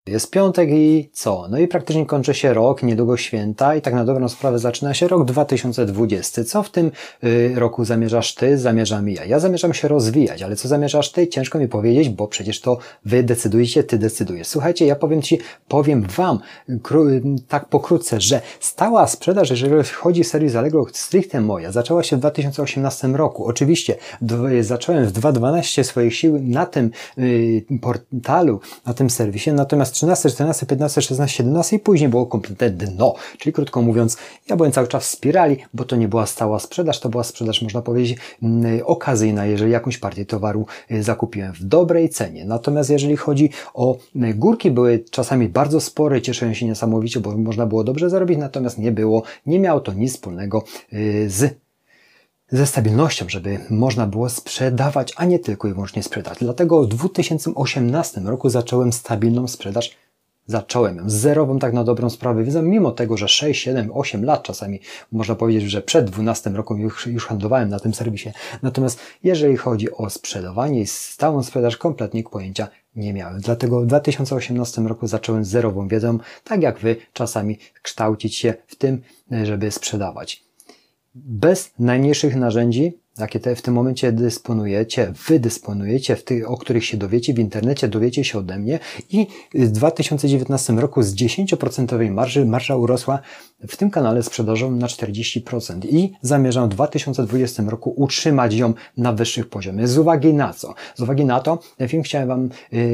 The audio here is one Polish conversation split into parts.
Jest piątek i co? No i praktycznie kończy się rok, niedługo święta i tak na dobrą sprawę zaczyna się rok 2020. Co w tym roku zamierzasz Ty? Zamierzam ja. Ja zamierzam się rozwijać, ale co zamierzasz Ty? Ciężko mi powiedzieć, bo przecież to Wy decydujecie, Ty decydujesz. Słuchajcie, ja powiem Wam tak pokrótce, że stała sprzedaż, jeżeli chodzi o serwis Allegro stricte moja, zaczęła się w 2018 roku. Oczywiście zacząłem w 2012 swoich sił na tym portalu, na tym serwisie, natomiast 13, 14, 15, 16, 17 i później było kompletne dno. Czyli krótko mówiąc, ja byłem cały czas w spirali, bo to nie była stała sprzedaż, to była sprzedaż, można powiedzieć, okazyjna, jeżeli jakąś partię towaru zakupiłem w dobrej cenie. Natomiast jeżeli chodzi o górki, były czasami bardzo spore, cieszyłem się niesamowicie, bo można było dobrze zarobić, natomiast nie miało to nic wspólnego ze stabilnością, żeby można było sprzedawać, a nie tylko i wyłącznie sprzedać. Dlatego w 2018 roku zacząłem stabilną sprzedaż. Zacząłem ją zerową tak na dobrą sprawę, więc mimo tego, że 6, 7, 8 lat czasami można powiedzieć, że przed 12 rokiem już handlowałem na tym serwisie. Natomiast jeżeli chodzi o sprzedawanie i stałą sprzedaż, kompletnie pojęcia nie miałem. Dlatego w 2018 roku zacząłem zerową wiedzą, tak jak Wy czasami kształcić się w tym, żeby sprzedawać. Bez najmniejszych narzędzi, jakie w tym momencie Wy dysponujecie, o których się dowiecie w internecie, dowiecie się ode mnie i w 2019 roku z 10% marża urosła w tym kanale sprzedażowym na 40% i zamierzam w 2020 roku utrzymać ją na wyższych poziomach. Z uwagi na co? Z uwagi na to, ten film chciałem Wam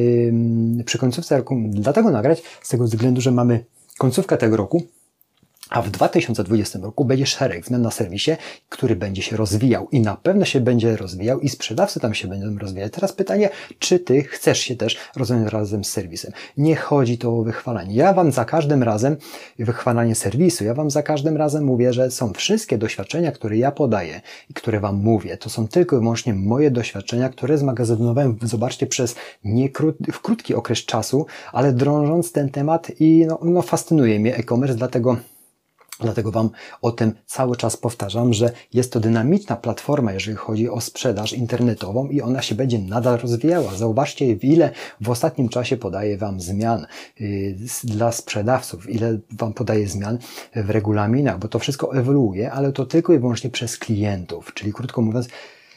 przy końcówce roku dlatego nagrać, z tego względu, że mamy końcówkę tego roku, a w 2020 roku będzie szereg zmian na serwisie, który będzie się rozwijał i na pewno się będzie rozwijał i sprzedawcy tam się będą rozwijać. Teraz pytanie, czy Ty chcesz się też rozwijać razem z serwisem? Nie chodzi to o wychwalanie. Ja Wam za każdym razem, wychwalanie serwisu, ja Wam za każdym razem mówię, że są wszystkie doświadczenia, które ja podaję i które Wam mówię. To są tylko i wyłącznie moje doświadczenia, które zmagazynowałem, zobaczcie, przez w krótki okres czasu, ale drążąc ten temat i fascynuje mnie e-commerce, Dlatego Wam o tym cały czas powtarzam, że jest to dynamiczna platforma, jeżeli chodzi o sprzedaż internetową i ona się będzie nadal rozwijała. Zauważcie, ile w ostatnim czasie podaję Wam zmian dla sprzedawców, ile Wam podaję zmian w regulaminach, bo to wszystko ewoluuje, ale to tylko i wyłącznie przez klientów. Czyli krótko mówiąc,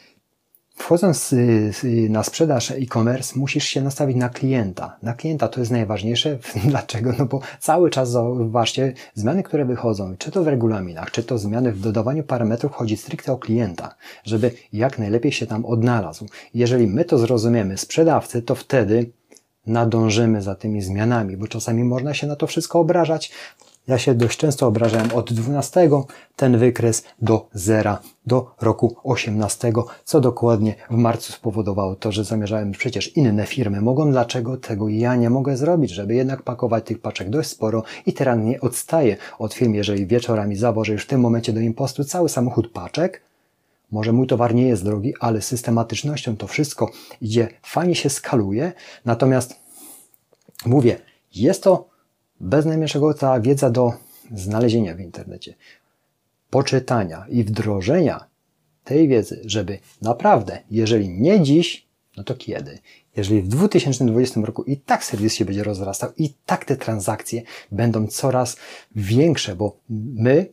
wchodząc na sprzedaż e-commerce, musisz się nastawić na klienta. Na klienta to jest najważniejsze. Dlaczego? No bo cały czas zauważcie, zmiany, które wychodzą, czy to w regulaminach, czy to zmiany w dodawaniu parametrów, chodzi stricte o klienta, żeby jak najlepiej się tam odnalazł. Jeżeli my to zrozumiemy, sprzedawcy, to wtedy nadążymy za tymi zmianami, bo czasami można się na to wszystko obrażać. Ja się dość często obrażałem od 12, ten wykres do 0, do roku 18, co dokładnie w marcu spowodowało to, że zamierzałem, przecież inne firmy mogą, dlaczego tego ja nie mogę zrobić, żeby jednak pakować tych paczek dość sporo i teraz nie odstaję od firm, jeżeli wieczorami zawożę już w tym momencie do impostu cały samochód paczek. Może mój towar nie jest drogi, ale systematycznością to wszystko idzie, fajnie się skaluje, natomiast mówię, jest to bez najmniejszego ta wiedza do znalezienia w internecie, poczytania i wdrożenia tej wiedzy, żeby naprawdę, jeżeli nie dziś, no to kiedy? Jeżeli w 2020 roku i tak serwis się będzie rozrastał, i tak te transakcje będą coraz większe, bo my,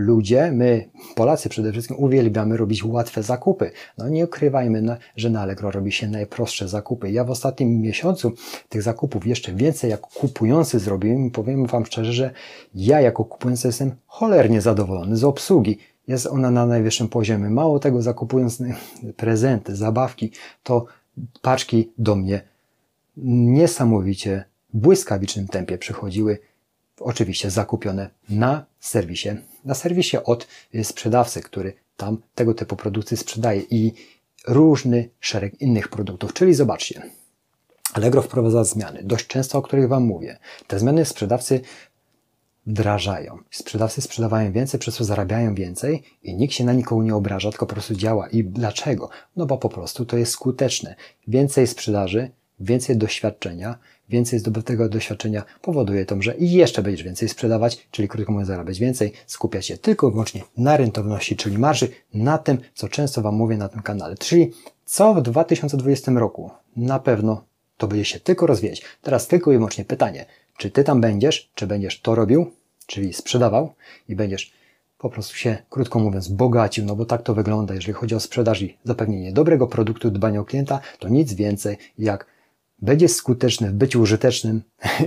Polacy przede wszystkim, uwielbiamy robić łatwe zakupy. No nie ukrywajmy, że na Allegro robi się najprostsze zakupy. Ja w ostatnim miesiącu tych zakupów jeszcze więcej jako kupujący zrobiłem i powiem Wam szczerze, że ja jako kupujący jestem cholernie zadowolony z obsługi. Jest ona na najwyższym poziomie. Mało tego, zakupując prezenty, zabawki, to paczki do mnie niesamowicie w błyskawicznym tempie przychodziły. Oczywiście zakupione na serwisie od sprzedawcy, który tam tego typu produkty sprzedaje i różny szereg innych produktów. Czyli zobaczcie, Allegro wprowadza zmiany, dość często, o których Wam mówię. Te zmiany sprzedawcy wdrażają. Sprzedawcy sprzedawają więcej, przez co zarabiają więcej i nikt się na nikogo nie obraża, tylko po prostu działa. I dlaczego? No bo po prostu to jest skuteczne. Więcej sprzedaży, więcej doświadczenia, więcej zdobytego doświadczenia powoduje to, że i jeszcze będziesz więcej sprzedawać, czyli krótko mówiąc zarabiać więcej, skupiać się tylko i wyłącznie na rentowności, czyli marży, na tym, co często Wam mówię na tym kanale. Czyli co w 2020 roku? Na pewno to będzie się tylko rozwijać. Teraz tylko i wyłącznie pytanie, czy ty tam będziesz, czy będziesz to robił, czyli sprzedawał i będziesz po prostu się, krótko mówiąc, bogacił, no bo tak to wygląda, jeżeli chodzi o sprzedaż i zapewnienie dobrego produktu, dbanie o klienta, to nic więcej jak będziesz skuteczny w byciu użytecznym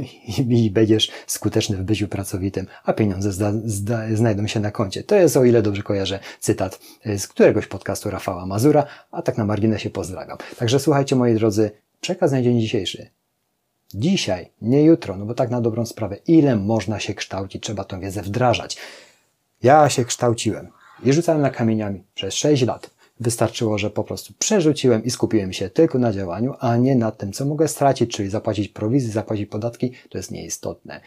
i będziesz skuteczny w byciu pracowitym, a pieniądze znajdą się na koncie. To jest, o ile dobrze kojarzę, cytat z któregoś podcastu Rafała Mazura, a tak na marginesie pozdrawiam. Także słuchajcie, moi drodzy, przekaz na dzień dzisiejszy. Dzisiaj, nie jutro, no bo tak na dobrą sprawę, ile można się kształcić, trzeba tą wiedzę wdrażać. Ja się kształciłem i rzucałem na kamieniami przez 6 lat. Wystarczyło, że po prostu przerzuciłem i skupiłem się tylko na działaniu, a nie na tym, co mogę stracić, czyli zapłacić prowizję, zapłacić podatki, to jest nieistotne.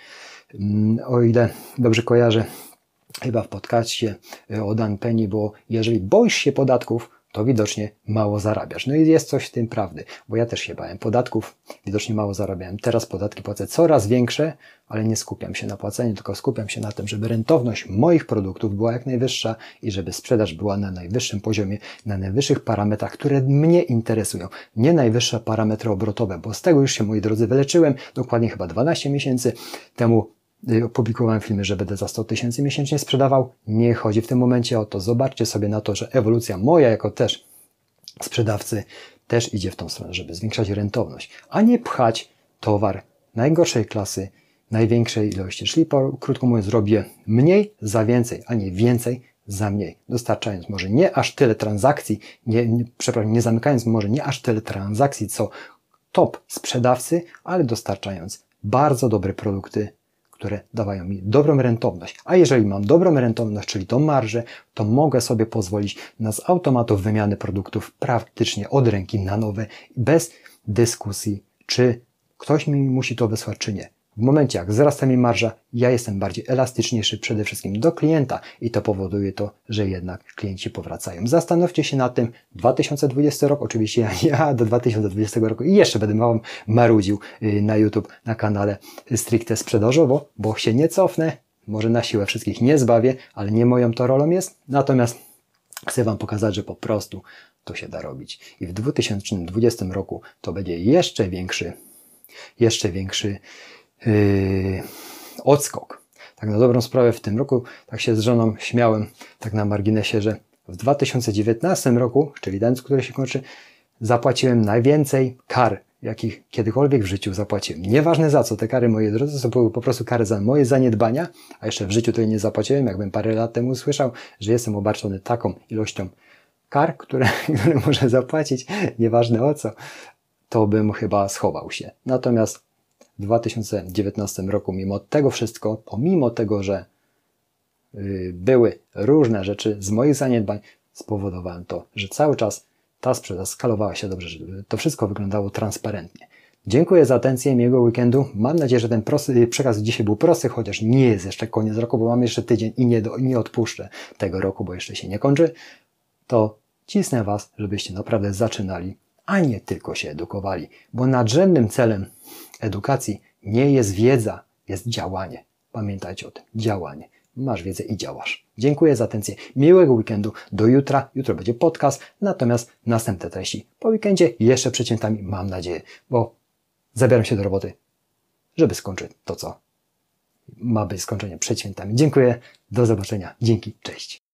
O ile dobrze kojarzę, chyba w podcaście o Dan Penny było, jeżeli boisz się podatków, to widocznie mało zarabiasz. No i jest coś w tym prawdy, bo ja też się bałem podatków, widocznie mało zarabiałem. Teraz podatki płacę coraz większe, ale nie skupiam się na płaceniu, tylko skupiam się na tym, żeby rentowność moich produktów była jak najwyższa i żeby sprzedaż była na najwyższym poziomie, na najwyższych parametrach, które mnie interesują. Nie najwyższe parametry obrotowe, bo z tego już się, moi drodzy, wyleczyłem. Dokładnie chyba 12 miesięcy temu opublikowałem filmy, że będę za 100 000 miesięcznie sprzedawał. Nie chodzi w tym momencie o to. Zobaczcie sobie na to, że ewolucja moja jako też sprzedawcy też idzie w tą stronę, żeby zwiększać rentowność, a nie pchać towar najgorszej klasy, największej ilości. Czyli krótko mówiąc, robię mniej za więcej, a nie więcej za mniej. Dostarczając może nie aż tyle transakcji, nie zamykając może nie aż tyle transakcji, co top sprzedawcy, ale dostarczając bardzo dobre produkty, które dawają mi dobrą rentowność. A jeżeli mam dobrą rentowność, czyli tą marżę, to mogę sobie pozwolić na z automatu wymianę produktów praktycznie od ręki na nowe, bez dyskusji, czy ktoś mi musi to wysłać, czy nie. W momencie, jak wzrasta mi marża, ja jestem bardziej elastyczniejszy przede wszystkim do klienta i to powoduje to, że jednak klienci powracają. Zastanówcie się nad tym. 2020 rok, oczywiście ja do 2020 roku i jeszcze będę marudził na YouTube, na kanale stricte sprzedażowo, bo się nie cofnę, może na siłę wszystkich nie zbawię, ale nie moją to rolą jest. Natomiast chcę Wam pokazać, że po prostu to się da robić. I w 2020 roku to będzie jeszcze większy odskok. Tak na dobrą sprawę w tym roku, tak się z żoną śmiałem, tak na marginesie, że w 2019 roku, czyli ten, który się kończy, zapłaciłem najwięcej kar, jakich kiedykolwiek w życiu zapłaciłem. Nieważne za co, te kary, moi drodzy, to były po prostu kary za moje zaniedbania, a jeszcze w życiu to nie zapłaciłem, jakbym parę lat temu usłyszał, że jestem obarczony taką ilością kar, które muszę zapłacić, nieważne o co, to bym chyba schował się. Natomiast w 2019 roku, mimo tego wszystko, pomimo tego, że były różne rzeczy z moich zaniedbań, spowodowałem to, że cały czas ta sprzedaż skalowała się dobrze, żeby to wszystko wyglądało transparentnie. Dziękuję za atencję, miłego weekendu. Mam nadzieję, że ten przekaz dzisiaj był prosty, chociaż nie jest jeszcze koniec roku, bo mam jeszcze tydzień i nie odpuszczę tego roku, bo jeszcze się nie kończy. To cisnę Was, żebyście naprawdę zaczynali, a nie tylko się edukowali, bo nadrzędnym celem edukacji nie jest wiedza, jest działanie. Pamiętajcie o tym, działanie. Masz wiedzę i działasz. Dziękuję za atencję. Miłego weekendu. Do jutra. Jutro będzie podcast, natomiast następne treści po weekendzie jeszcze przed świętami, mam nadzieję, bo zabieram się do roboty, żeby skończyć to, co ma być skończenie przed świętami. Dziękuję. Do zobaczenia. Dzięki. Cześć.